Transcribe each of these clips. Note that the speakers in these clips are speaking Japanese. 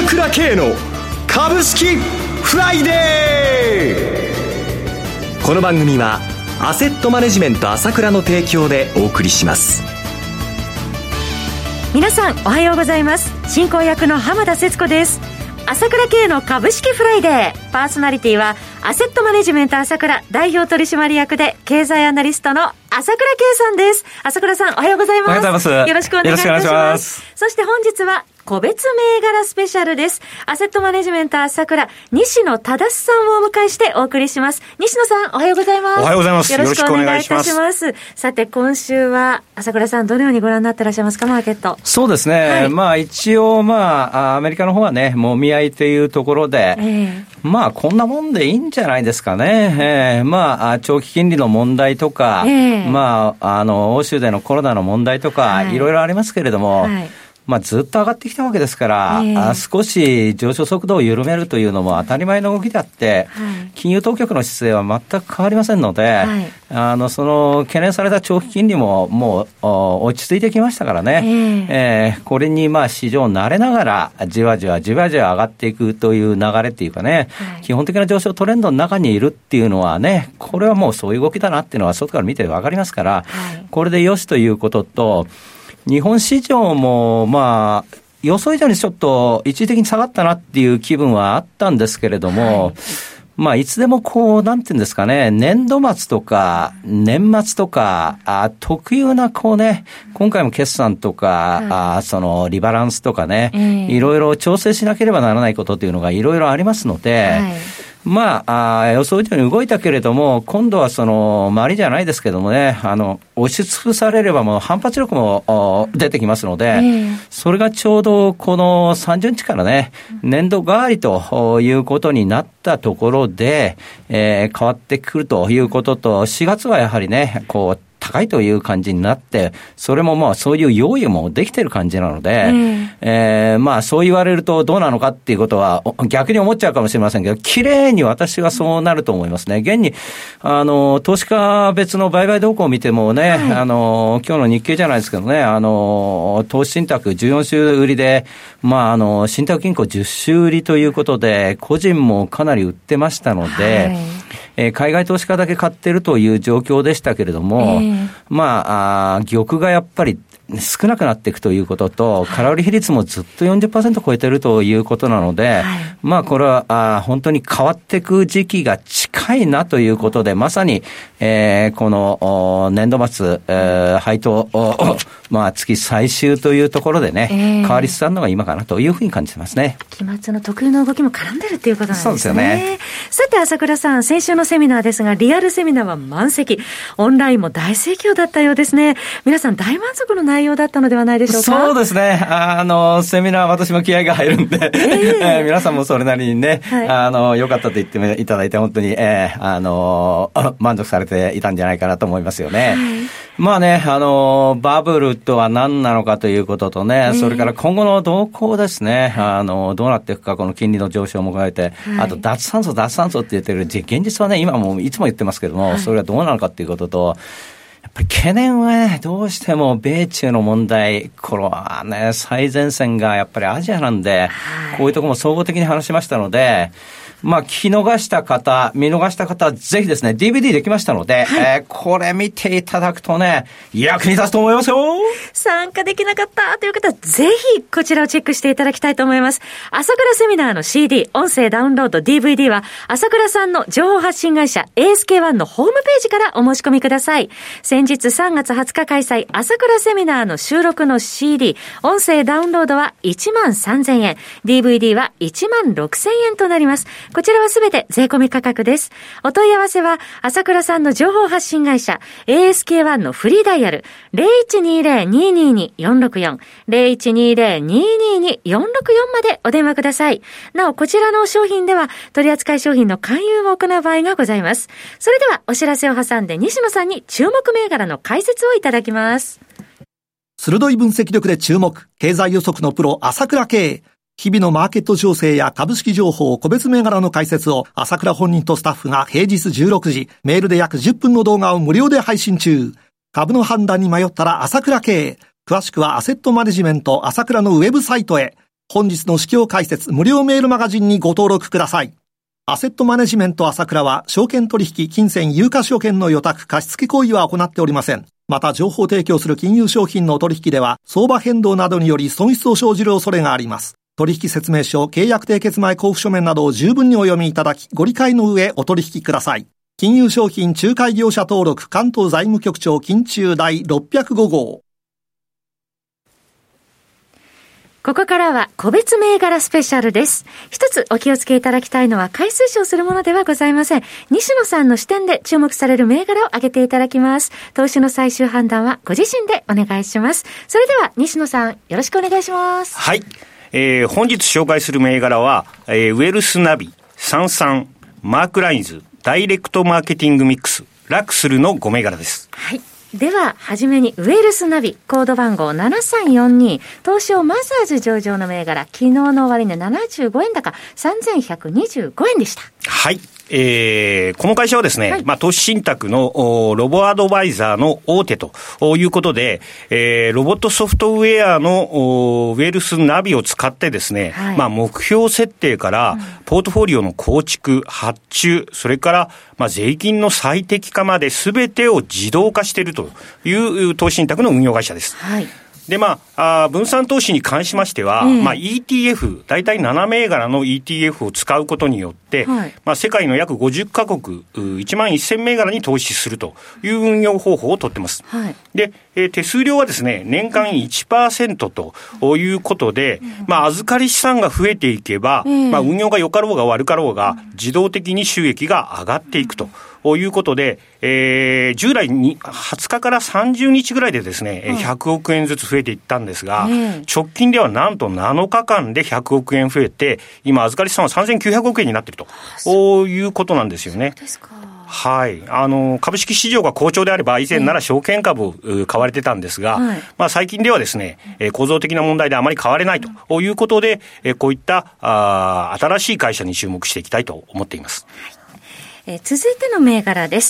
朝倉慶の株式フライデー。この番組はアセットマネジメント朝倉の提供でお送りします。 皆さんおはようございます。進行役の浜田節子です。朝倉慶の株式フライデー。パーソナリティはアセットマネジメント朝倉代表取締役で経済アナリストの朝倉慶さんです。朝倉さんおはようございます。 おはようございます。 よろしくお願いいたします。そして本日は個別銘柄スペシャルです。アセットマネジメント朝倉西野忠さんをお迎えしてお送りします。西野さんおはようございます。 おはようございます。 よろしくお願いいたします。さて今週は朝倉さんどのようにご覧になってらっしゃいますか、マーケット。 そうですね、はい、一応アメリカの方はねもみ合いというところで、こんなもんでいいんじゃないですかね。長期金利の問題とか、欧州でのコロナの問題とか、いろいろありますけれども、ずっと上がってきたわけですから、少し上昇速度を緩めるというのも当たり前の動きであって、金融当局の姿勢は全く変わりませんので、その懸念された長期金利ももう落ち着いてきましたからね、これに市場慣れながらじわじわ上がっていくという流れっていうかね、基本的な上昇トレンドの中にいるっていうのはね、これはもうそういう動きだなっていうのは外から見て分かりますから、これでよしということと、日本市場も予想以上にちょっと一時的に下がったなっていう気分はあったんですけれども、いつでもなんていうんですかね、年度末とか年末とか特有な今回も決算とか、そのリバランスとかね、いろいろ調整しなければならないことというのがいろいろありますので、予想以上に動いたけれども、今度は周りじゃないですけどもね、押しつぶされればもう反発力も出てきますので、それがちょうどこの30日からね、年度替わりということになったところで、変わってくるということと、4月はやはりね、高いという感じになって、それもそういう用意もできてる感じなので、そう言われるとどうなのかっていうことは逆に思っちゃうかもしれませんけど、綺麗に私はそうなると思いますね。現に投資家別の売買動向を見てもね、今日の日経じゃないですけどね、投資信託14週売りで、信託銀行10週売りということで、個人もかなり売ってましたので、海外投資家だけ買ってるという状況でしたけれども、玉がやっぱり少なくなっていくということと、空売り比率もずっと 40% 超えてるということなので、これは本当に変わっていく時期が近いなということで、まさに、この年度末、配当月最終というところでね、変わりつつあるのが今かなというふうに感じてますね。 期末の特有の動きも絡んでるっていうことなんですね。そうですよね。さて朝倉さん、先週のセミナーですが、リアルセミナーは満席、オンラインも大盛況だったようですね。皆さん大満足の内容だったのではないでしょうか。 そうですね。セミナー私も気合が入るんで、皆さんもそれなりにね、良かったと言っていただいて本当に、満足されていたんじゃないかなと思いますよね。バブルとは何なのかということとね、それから今後の動向ですね、どうなっていくか、この金利の上昇も加えて、あと脱炭素って言ってる現実はね、今もいつも言ってますけども、それはどうなのかということと、やっぱり懸念はね、どうしても米中の問題、これはね、最前線がやっぱりアジアなんで、こういうところも総合的に話しましたので、聞き逃した方、見逃した方はぜひですね、DVD できましたので、これ見ていただくとね、役に立つと思いますよ。 参加できなかったという方は、ぜひこちらをチェックしていただきたいと思います。朝倉セミナーの CD、音声ダウンロード、DVD は、朝倉さんの情報発信会社 ASK-1 のホームページからお申し込みください。先日3月20日開催、朝倉セミナーの収録の CD、音声ダウンロードは13,000円、DVD は16,000円となります。こちらはすべて税込み価格です。お問い合わせは、朝倉さんの情報発信会社、ASK-1 のフリーダイヤル、0120-222-464、0120-222-464までお電話ください。なお、こちらの商品では、取扱い商品の勧誘を行う場合がございます。それでは、お知らせを挟んで、西野さんに注目銘柄の解説をいただきます。 鋭い分析力で注目、経済予測のプロ、朝倉慶。日々のマーケット情勢や株式情報、個別銘柄の解説を朝倉本人とスタッフが平日16時、メールで約10分の動画を無料で配信中。株の判断に迷ったら朝倉慶。詳しくはアセットマネジメント朝倉のウェブサイトへ。 本日の市況解説無料メールマガジンにご登録ください。アセットマネジメント朝倉は、証券取引、金銭、有価証券の予託、貸付行為は行っておりません。また、情報提供する金融商品の取引では、相場変動などにより損失を生じる恐れがあります。取引説明書、契約締結前交付書面などを十分にお読みいただき、ご理解の上お取引ください。金融商品仲介業者登録関東財務局長金中第605号。 ここからは個別銘柄スペシャルです。一つお気をつけいただきたいのは買い推奨するものではございません。西野さんの視点で注目される銘柄を挙げていただきます。投資の最終判断はご自身でお願いします。それでは西野さん、よろしくお願いします。 はい。本日紹介する銘柄は、ウェルスナビ、サンサン、マークラインズ、ダイレクトマーケティングミックス、ラクスルの5銘柄です。 はい。では、はじめに、ウェルスナビ、コード番号7342、東証マザーズ上場の銘柄、昨日の終値75円高、3125円でした。 はい。この会社はですね、はい、投資信託のロボアドバイザーの大手ということで、ロボットソフトウェアのウェルスナビを使ってですね、はい、目標設定からポートフォリオの構築、発注、それから税金の最適化まで全てを自動化しているという投資信託の運用会社です。はい。で、分散投資に関しましては、ETF、大体7銘柄の ETF を使うことによって、はい、世界の約50カ国、1万1000銘柄に投資するという運用方法をとっています。はい、で、手数料はですね、年間 1% ということで、預かり資産が増えていけば、運用が良かろうが悪かろうが、自動的に収益が上がっていくと。いうことで、従来に20日から30日ぐらいでですね、100億円ずつ増えていったんですが、直近ではなんと7日間で100億円増えて、今預かり資産は3900億円になっているということなんですよね。そうですか。はい。株式市場が好調であれば、以前なら証券株買われてたんですが、最近ではですね、構造的な問題であまり買われないということで、こういった新しい会社に注目していきたいと思っています。 続いての銘柄です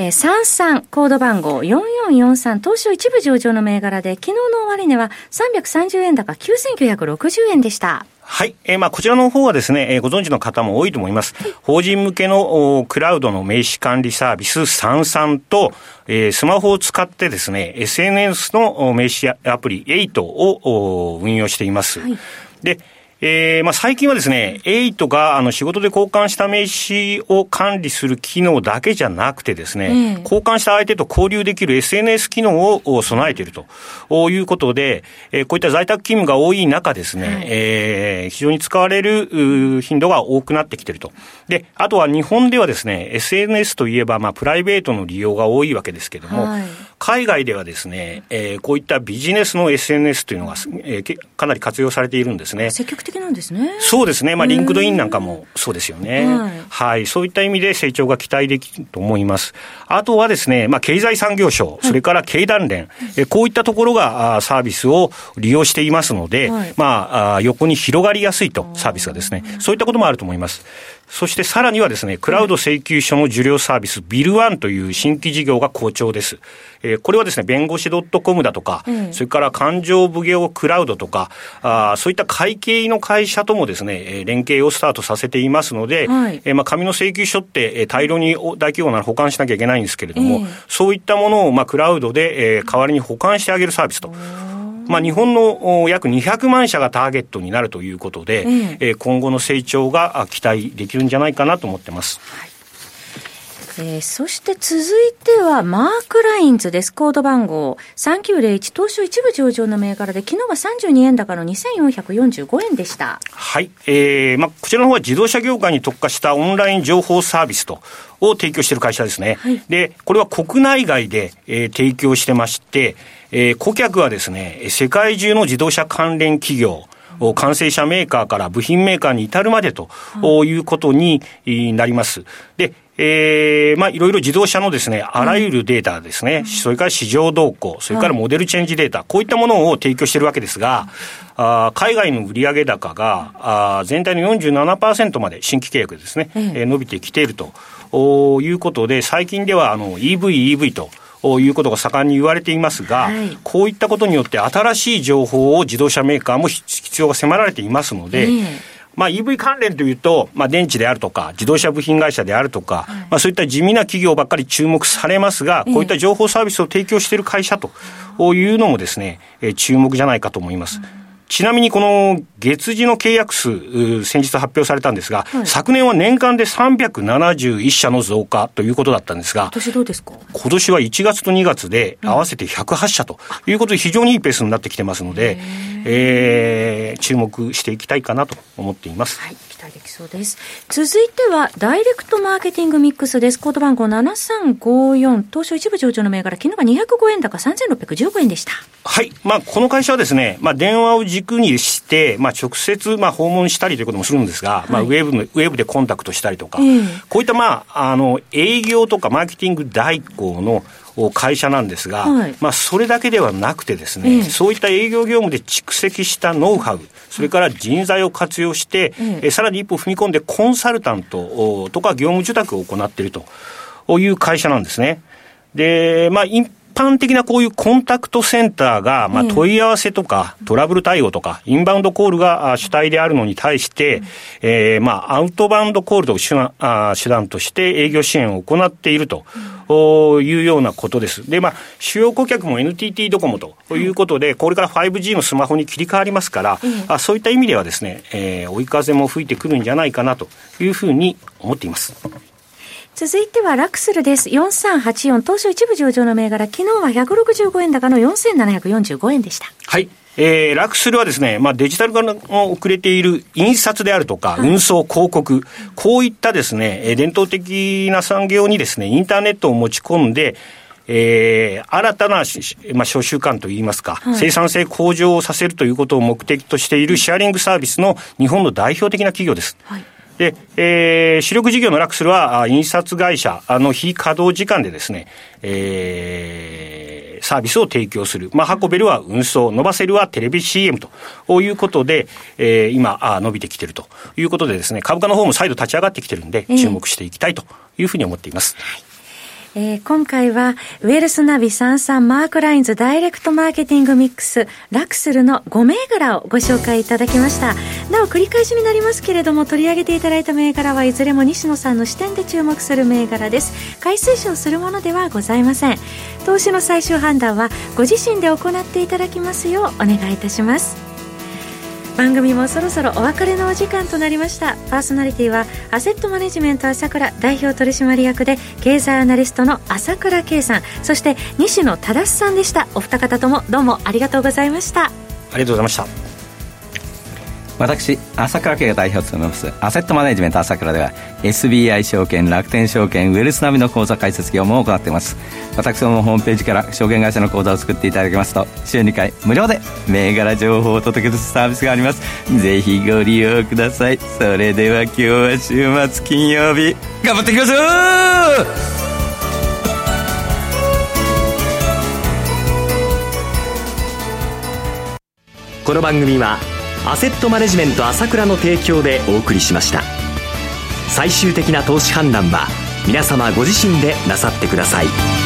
。33コード番号4443東証一部上場の銘柄で、昨日の終値は330円高9960円でした。 はい。こちらの方はですね、ご存知の方も多いと思います。法人向けのクラウドの名刺管理サービス33と、スマホを使ってですね、SNS の名刺アプリ8を運用しています。はい、で、最近はですね、8が仕事で交換した名刺を管理する機能だけじゃなくてですね、交換した相手と交流できる SNS 機能を備えているということで、こういった在宅勤務が多い中ですね、非常に使われる頻度が多くなってきていると。で、あとは日本ではですね、SNS といえばプライベートの利用が多いわけですけども、海外ではですね、こういったビジネスの SNS というのが、かなり活用されているんですね。 積極的なんですね。 そうですね。リンクドインなんかもそうですよね。はい。そういった意味で成長が期待できると思います。あとはですね、経済産業省、それから経団連、こういったところがサービスを利用していますので、横に広がりやすいと、サービスがですね。そういったこともあると思います。そしてさらにはですね、クラウド請求書の受領サービス、ビルワンという新規事業が好調です。これはですね、弁護士 .com だとか、それから勘定奉行クラウドとか、そういった会計の会社ともですね、連携をスタートさせていますので、紙の請求書って大量に大企業なら保管しなきゃいけないんですけれども、そういったものをクラウドで代わりに保管してあげるサービスと。日本の約200万社がターゲットになるということで、今後の成長が期待できるんじゃないかなと思ってます。 そして続いてはマークラインズです。コード番号3901東証一部上場の銘柄で、昨日は32円高の2445円でした。はい。 こちらの方は自動車業界に特化したオンライン情報サービスを提供している会社ですね。はい、で、これは国内外で、提供してまして、顧客はですね、世界中の自動車関連企業、完成車メーカーから部品メーカーに至るまでということになります。で、いろいろ自動車のですね、あらゆるデータですね、それから市場動向、それからモデルチェンジデータ、こういったものを提供しているわけですが、海外の売上高が全体の 47% まで新規契約ですね、伸びてきているということで、最近ではEV ということが盛んに言われていますが、こういったことによって新しい情報を自動車メーカーも必要が迫られていますので、EV 関連というと、電池であるとか自動車部品会社であるとか、そういった地味な企業ばっかり注目されますが、こういった情報サービスを提供している会社というのもですね、注目じゃないかと思います。ちなみにこの月次の契約数、先日発表されたんですが、昨年は年間で371社の増加ということだったんですが、 今年どうですか？ 今年は1月と2月で合わせて108社ということで非常にいいペースになってきてますので、注目していきたいかなと思っています。 期待できそうです。続いてはダイレクトマーケティングミックスです。コード番号7354、東証一部上場の銘柄、昨日が205円高3615円でした。 はい。この会社はですね、電話を軸にして、直接、訪問したりということもするんですが、ウェブでコンタクトしたりとか、こういった、営業とかマーケティング代行の会社なんですが、それだけではなくてですね、そういった営業業務で蓄積したノウハウ、それから人材を活用して、さらに一歩踏み込んでコンサルタントとか業務受託を行っているという会社なんですね。で、一般的なこういうコンタクトセンターが、問い合わせとかトラブル対応とかインバウンドコールが主体であるのに対して、アウトバウンドコールと手段として営業支援を行っているというようなことです。で、主要顧客も NTT ドコモということで、これから 5G のスマホに切り替わりますから、そういった意味ではですね、追い風も吹いてくるんじゃないかなというふうに思っています。 続いてはラクスルです。4384、東証一部上場の銘柄、昨日は165円高の4745円でした。 はい。ラクスルはですね、デジタル化の遅れている印刷であるとか、運送、広告、こういったですね、伝統的な産業にですね、インターネットを持ち込んで、新たな、商習慣といいますか、生産性向上をさせるということを目的としているシェアリングサービスの日本の代表的な企業です。で、主力事業のラクスルは印刷会社の非稼働時間でですね、サービスを提供する。ハコベルは運送、ノバセルはテレビ CM ということで、今伸びてきているということでですね、株価の方も再度立ち上がってきているので、注目していきたいというふうに思っています。 今回はウェルスナビ33マークラインズダイレクトマーケティングミックスラクスルの5銘柄をご紹介いただきました。なお繰り返しになりますけれども、取り上げていただいた銘柄はいずれも西野さんの視点で注目する銘柄です。買い推奨するものではございません。投資の最終判断はご自身で行っていただきますようお願いいたします。番組もそろそろお別れのお時間となりました。パーソナリティはアセットマネジメント朝倉代表取締役で経済アナリストの朝倉圭さん、そして西野忠さんでした。お二方ともどうもありがとうございました。 ありがとうございました。 私朝倉圭が代表を務めますアセットマネジメント朝倉では SBI 証券、楽天証券、ウェルスナビの口座開設業務を行っています。私どものホームページから証券会社の口座を作っていただきますと、週2回無料で銘柄情報をお届けするサービスがあります。ぜひご利用ください。それでは今日は週末金曜日頑張っていきましょう。 この番組はアセットマネジメント朝倉の提供でお送りしました。最終的な投資判断は皆様ご自身でなさってください。